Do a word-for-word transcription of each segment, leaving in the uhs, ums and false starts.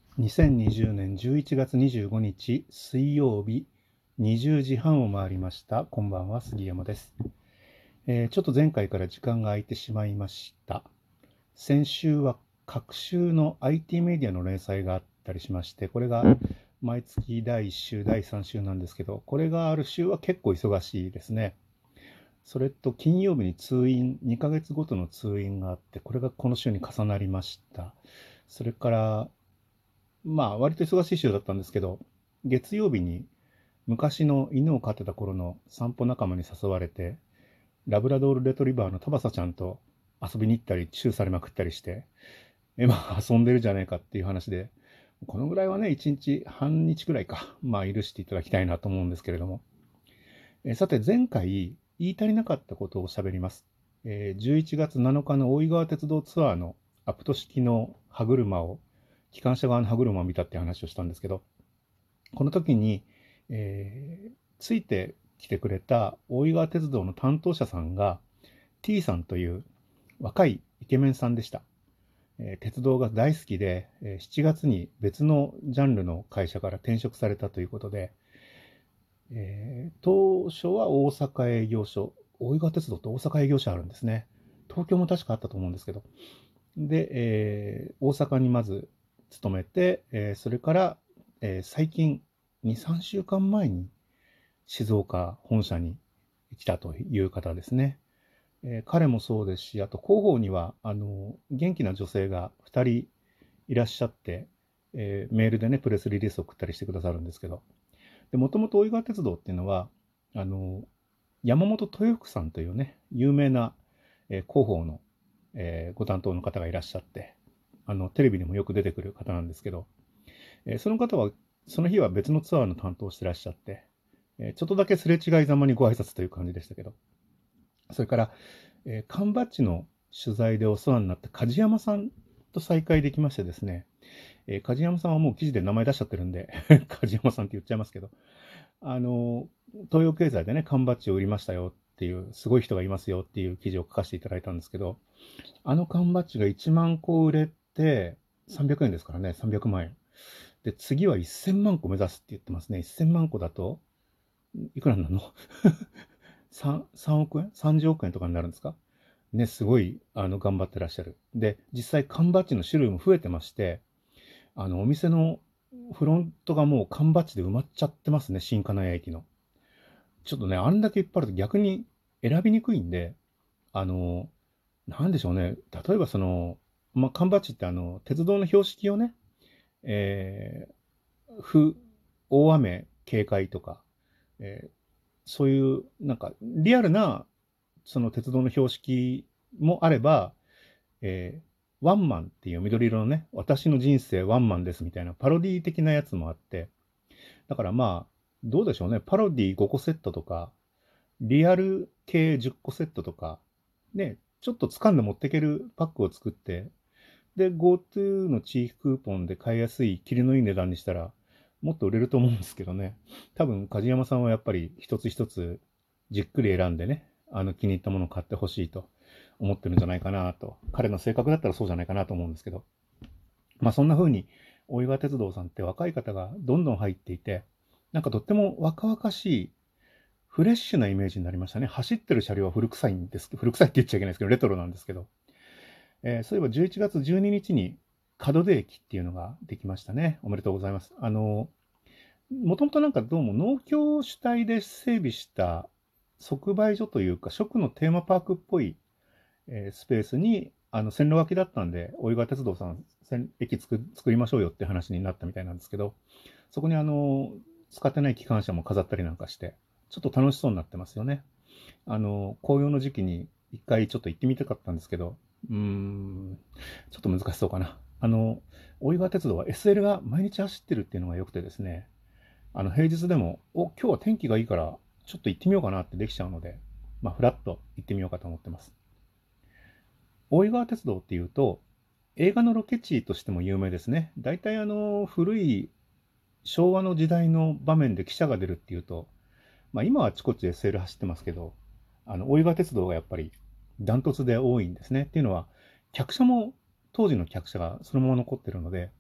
にせんにじゅうねんじゅういちがつにじゅうごにち水曜日にじゅうじはんを回りました。こんばんは、杉山です。えーちょっと前回から時間が空いてしまいました。先週は各週の アイティー メディアの連載があったりしまして、これが毎月だいいっ週、だいさん週なんですけど、これがある週は結構忙しいですね。それと金曜日に通院、にかげつごとの通院があって、これがこの週に重なりました。それからまあ、割と忙しい週だったんですけど、月曜日に昔の犬を飼ってた頃の散歩仲間に誘われて、ラブラドールレトリバーのタバサちゃんと遊びに行ったり、チューされまくったりして、え、まあ、遊んでるじゃねえかっていう話で、このぐらいはね、いちにち、半日くらいか、まあ、許していただきたいなと思うんですけれども。えさて、前回、言い足りなかったことを喋ります。えーじゅういちがつなのかの大井川鉄道ツアーのアプト式の歯車を、機関車側の歯車を見たって話をしたんですけど、この時に、えーついてきてくれた大井川鉄道の担当者さんが T さんという若いイケメンさんでした。えー鉄道が大好きで、えーしちがつに別のジャンルの会社から転職されたということで、えー当初は大阪営業所、大井川鉄道って大阪営業所あるんですね。東京も確かあったと思うんですけど。で、えー大阪にまず勤めて、えーそれから、えー最近に、さんしゅうかんまえに静岡本社に来たという方ですね。えー彼もそうですし、あと広報には、あの、元気な女性がふたりいらっしゃって、えーメールでね、プレスリリースを送ったりしてくださるんですけど、で、もともと大井川鉄道っていうのは、あの、山本豊福さんというね、有名な、えー広報の、えーご担当の方がいらっしゃって、あの、テレビでもよく出てくる方なんですけど、えーその方は、その日は別のツアーの担当をしてらっしゃって、えーちょっとだけすれ違いざまにご挨拶という感じでしたけど、それから、えー缶バッジの取材でお世話になった梶山さんと再会できましてですね、えー梶山さんはもう記事で名前出しちゃってるんで梶山さんって言っちゃいますけど、あの、東洋経済でね、缶バッジを売りましたよっていう、すごい人がいますよっていう記事を書かせていただいたんですけど、あの缶バッジがいちまんこ売れて、さんびゃくえんですからね、さんびゃくまん円。で、次はせんまんこ目指すって言ってますね。せんまんこだと、いくらになるの 3, さんおく円 ?さんじゅう 億円とかになるんですかね、すごい、あの、頑張ってらっしゃる。で、実際缶バッジの種類も増えてまして、あの、お店のフロントがもう缶バッジで埋まっちゃってますね、新金谷駅の。ちょっとね、あんだけいっぱいあると逆に選びにくいんで、あの、なんでしょうね。例えばその、まあ、缶バッジってあの、鉄道の標識をね、えー、不、大雨警戒とか、えーそういう、なんか、リアルな、その鉄道の標識もあれば、えーワンマンっていう緑色のね、私の人生ワンマンですみたいなパロディ的なやつもあって、だからまあ、どうでしょうね。パロディごこセットとか、リアル系じゅっこセットとか、ね、ちょっと掴んで持っていけるパックを作って、で、GoTo の地域クーポンで買いやすい、切りのいい値段にしたら、もっと売れると思うんですけどね。多分、梶山さんはやっぱり一つ一つじっくり選んでね、あの気に入ったものを買ってほしいと思ってるんじゃないかなと。彼の性格だったらそうじゃないかなと思うんですけど。まあそんな風に、大井川鉄道さんって若い方がどんどん入っていて、なんかとっても若々しいフレッシュなイメージになりましたね。走ってる車両は古臭いんですけど、古臭いって言っちゃいけないですけど、レトロなんですけど。えーそういえばじゅういちがつじゅうににちに門出駅っていうのができましたね。おめでとうございます。あの、もともとなんかどうも農協主体で整備した即売所というか、食のテーマパークっぽい、えースペースに、あの、線路脇だったんで、大井川鉄道さん、駅作作りましょうよって話になったみたいなんですけど、そこにあの、使ってない機関車も飾ったりなんかして、ちょっと楽しそうになってますよね。あの、紅葉の時期に一回ちょっと行ってみたかったんですけど、うーん、ちょっと難しそうかな。あの、大井川鉄道は エスエル が毎日走ってるっていうのが良くてですね、あの、平日でも、お、今日は天気がいいから、ちょっと行ってみようかなってできちゃうので、まあ、ふらっと行ってみようかと思ってます。大井川鉄道っていうと、映画のロケ地としても有名ですね。大体あの、古い昭和の時代の場面で汽車が出るっていうと、まあ今はあちこち エスエル 走ってますけど、あの、大井川鉄道がやっぱりダントツで多いんですね。っていうのは、客車も当時の客車がそのまま残ってるので、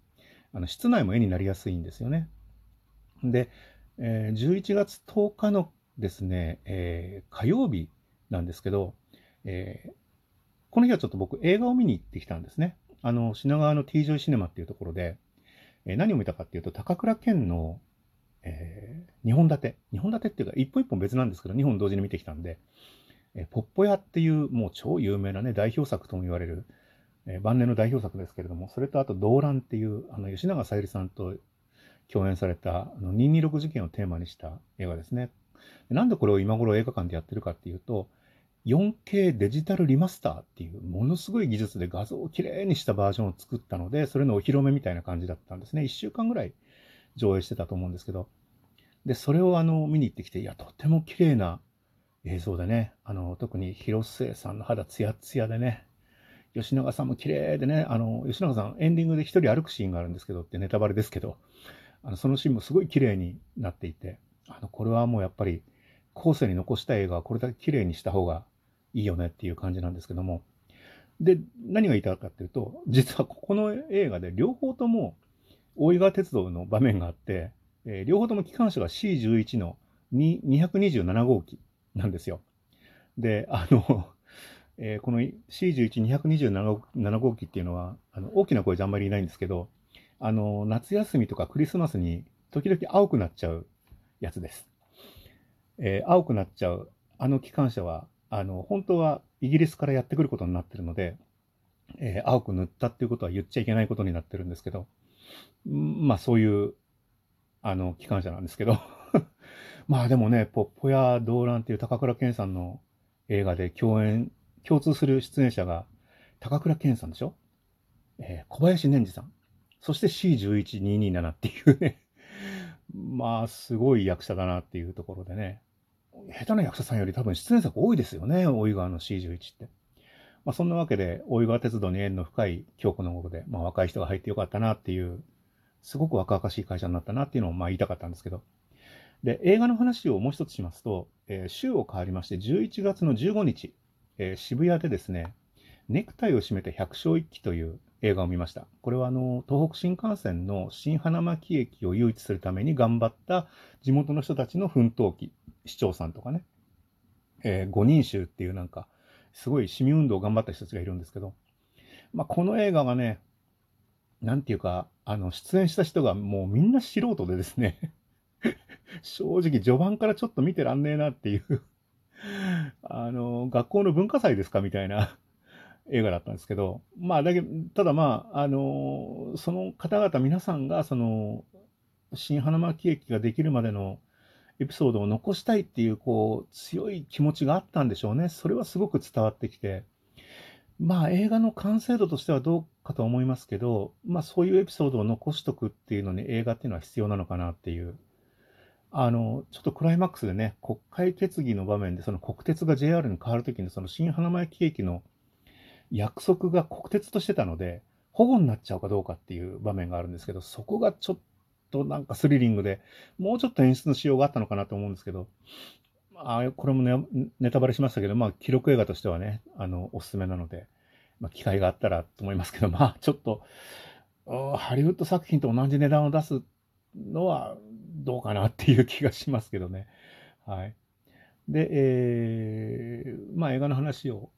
あの室内も絵になりやすいんですよね。で、えーじゅういちがつとおかのですね、えー火曜日なんですけど、えーこの日はちょっと僕映画を見に行ってきたんですね。あの、品川の T ジョイシネマっていうところで、えー何を見たかっていうと、高倉健の、えー、にほん立て。にほん立てっていうか、一本一本別なんですけど、にほん同時に見てきたんで、えーポッポ屋っていうもう超有名なね、代表作とも言われる、えー晩年の代表作ですけれども、それとあと、動乱っていう、あの、吉永小百合さんと共演された、あの、にひゃくにじゅうろく事件をテーマにした映画ですね。なんでこれを今頃映画館でやってるかっていうと、よんケー デジタルリマスターっていうものすごい技術で画像をきれいにしたバージョンを作ったので、それのお披露目みたいな感じだったんですね。いっしゅうかんぐらい上映してたと思うんですけど。で、それをあの見に行ってきて、いや、とても綺麗な映像でね、あの、特に広末さんの肌ツヤツヤでね、吉永さんも綺麗でね、あの、吉永さんエンディングで一人歩くシーンがあるんですけどってネタバレですけど、あのそのシーンもすごい綺麗になっていて、あの、これはもうやっぱり後世に残した映画はこれだけ綺麗にした方がいいよねっていう感じなんですけども。で、何が言いたいかっていうと、実はここの映画で両方とも大井川鉄道の場面があって、えー両方とも機関車が シーじゅういち のににひゃくにじゅうなな号機なんですよ。で、あの、えーこの シーじゅういち、にひゃくにじゅうなな号機っていうのは、あの大きな声じゃあんまりいないんですけど、あの、夏休みとかクリスマスに時々青くなっちゃうやつです。えー青くなっちゃうあの機関車は、あの、本当はイギリスからやってくることになってるので、えー青く塗ったっていうことは言っちゃいけないことになってるんですけど、まあそういうあの機関車なんですけどまあでもね、ポッポや動乱っていう高倉健さんの映画で共演、共通する出演者が高倉健さんでしょ、えー小林年二さん。そして シーじゅういちにひゃくにじゅうなな っていうねまあすごい役者だなっていうところでね。下手な役者さんより多分出演作多いですよね、大井川の シーじゅういち って。まあそんなわけで、大井川鉄道に縁の深い京子のことで、まあ若い人が入ってよかったなっていう、すごく若々しい会社になったなっていうのをまあ言いたかったんですけど、で、映画の話をもう一つしますと、えー週を変わりまして、じゅういちがつのじゅうごにち、えー渋谷でですね、ネクタイを締めて百姓一揆という映画を見ました。これはあの、東北新幹線の新花巻駅を誘致するために頑張った地元の人たちの奮闘記、市長さんとかね、えー、五人衆っていうなんか、すごい市民運動を頑張った人たちがいるんですけど、まあ、この映画がね、なんていうか、あの、出演した人がもうみんな素人でですね、正直序盤からちょっと見てらんねえなっていうあの、学校の文化祭ですかみたいな映画だったんですけど、まあ、だけただまあ、あの、その方々皆さんが、その、新花巻駅ができるまでのエピソードを残したいっていう、こう、強い気持ちがあったんでしょうね。それはすごく伝わってきて、まあ、映画の完成度としてはどうかと思いますけど、まあ、そういうエピソードを残しとくっていうのに映画っていうのは必要なのかなっていう。あの、ちょっとクライマックスでね、国会決議の場面で、その国鉄が ジェイアール に変わるときに、その新花巻駅の約束が国鉄としてたので、保護になっちゃうかどうかっていう場面があるんですけど、そこがちょっとなんかスリリングで、もうちょっと演出のしようがあったのかなと思うんですけど、あこれもね、ネタバレしましたけど、まあ、記録映画としてはね、あの、おすすめなので、まあ、機会があったらと思いますけど、まあ、ちょっと、ハリウッド作品と同じ値段を出すのはどうかなっていう気がしますけどね。はい。で、えー、まあ映画の話を、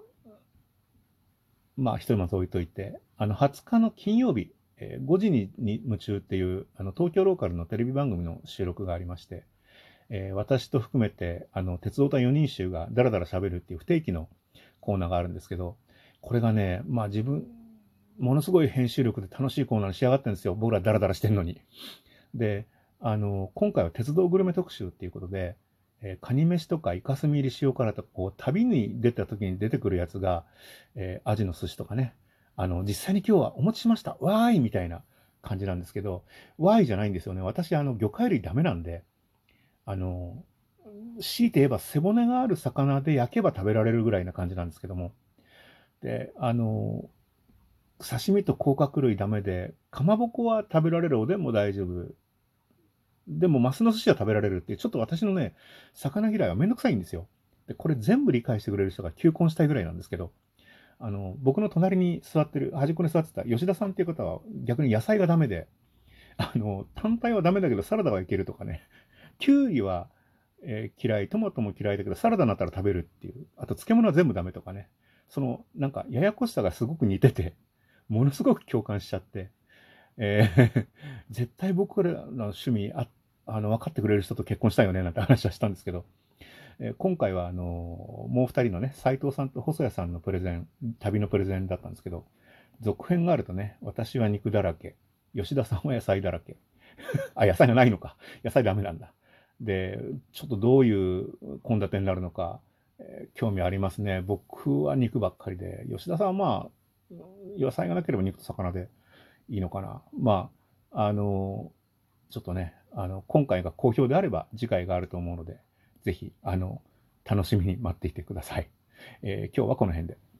まあ一まず置いといて、あの、はつかの金曜日、えーごじにに夢中っていう、あの、東京ローカルのテレビ番組の収録がありまして、えー私と含めて、あの、鉄道隊よにん衆がダラダラ喋るっていう不定期のコーナーがあるんですけど、これがね、まあ自分、ものすごい編集力で楽しいコーナーに仕上がってるんですよ。僕らダラダラしてるのに。で、あの、今回は鉄道グルメ特集っていうことで、えーカニ飯とかイカスミ入り塩辛とか、こう、旅に出た時に出てくるやつが、えーアジの寿司とかね、あの、実際に今日はお持ちしました。わーいみたいな感じなんですけど、わーいじゃないんですよね。私、あの、魚介類ダメなんで、あの、強いて言えば背骨がある魚で焼けば食べられるぐらいな感じなんですけども、で、あの、刺身と甲殻類ダメで、かまぼこは食べられる、おでんも大丈夫。でも、マスの寿司は食べられるっていう、ちょっと私のね、魚嫌いはめんどくさいんですよ。で、これ全部理解してくれる人が求婚したいぐらいなんですけど、 あの、僕の隣に座ってる、端っこに座ってた吉田さんっていう方は逆に野菜がダメで、あの、単体はダメだけどサラダはいけるとかね。キュウリは、えー嫌い、トマトも嫌いだけどサラダになったら食べるっていう。あと漬物は全部ダメとかね。その、なんかややこしさがすごく似てて、ものすごく共感しちゃって、えー絶対僕らの趣味あ、あの、分かってくれる人と結婚したいよねなんて話はしたんですけど、えー今回はあの、もう二人のね、斉藤さんと細谷さんのプレゼン、旅のプレゼンだったんですけど、続編があるとね、私は肉だらけ、吉田さんは野菜だらけ。あ、野菜がないのか。野菜ダメなんだ。で、ちょっとどういう献立になるのか、えー興味ありますね。僕は肉ばっかりで、吉田さんはまあ、野菜がなければ肉と魚でいいのかな。まあ、あの、ちょっとね、あの、今回が好評であれば次回があると思うので、ぜひ、あの、楽しみに待っていてください。えー今日はこの辺で。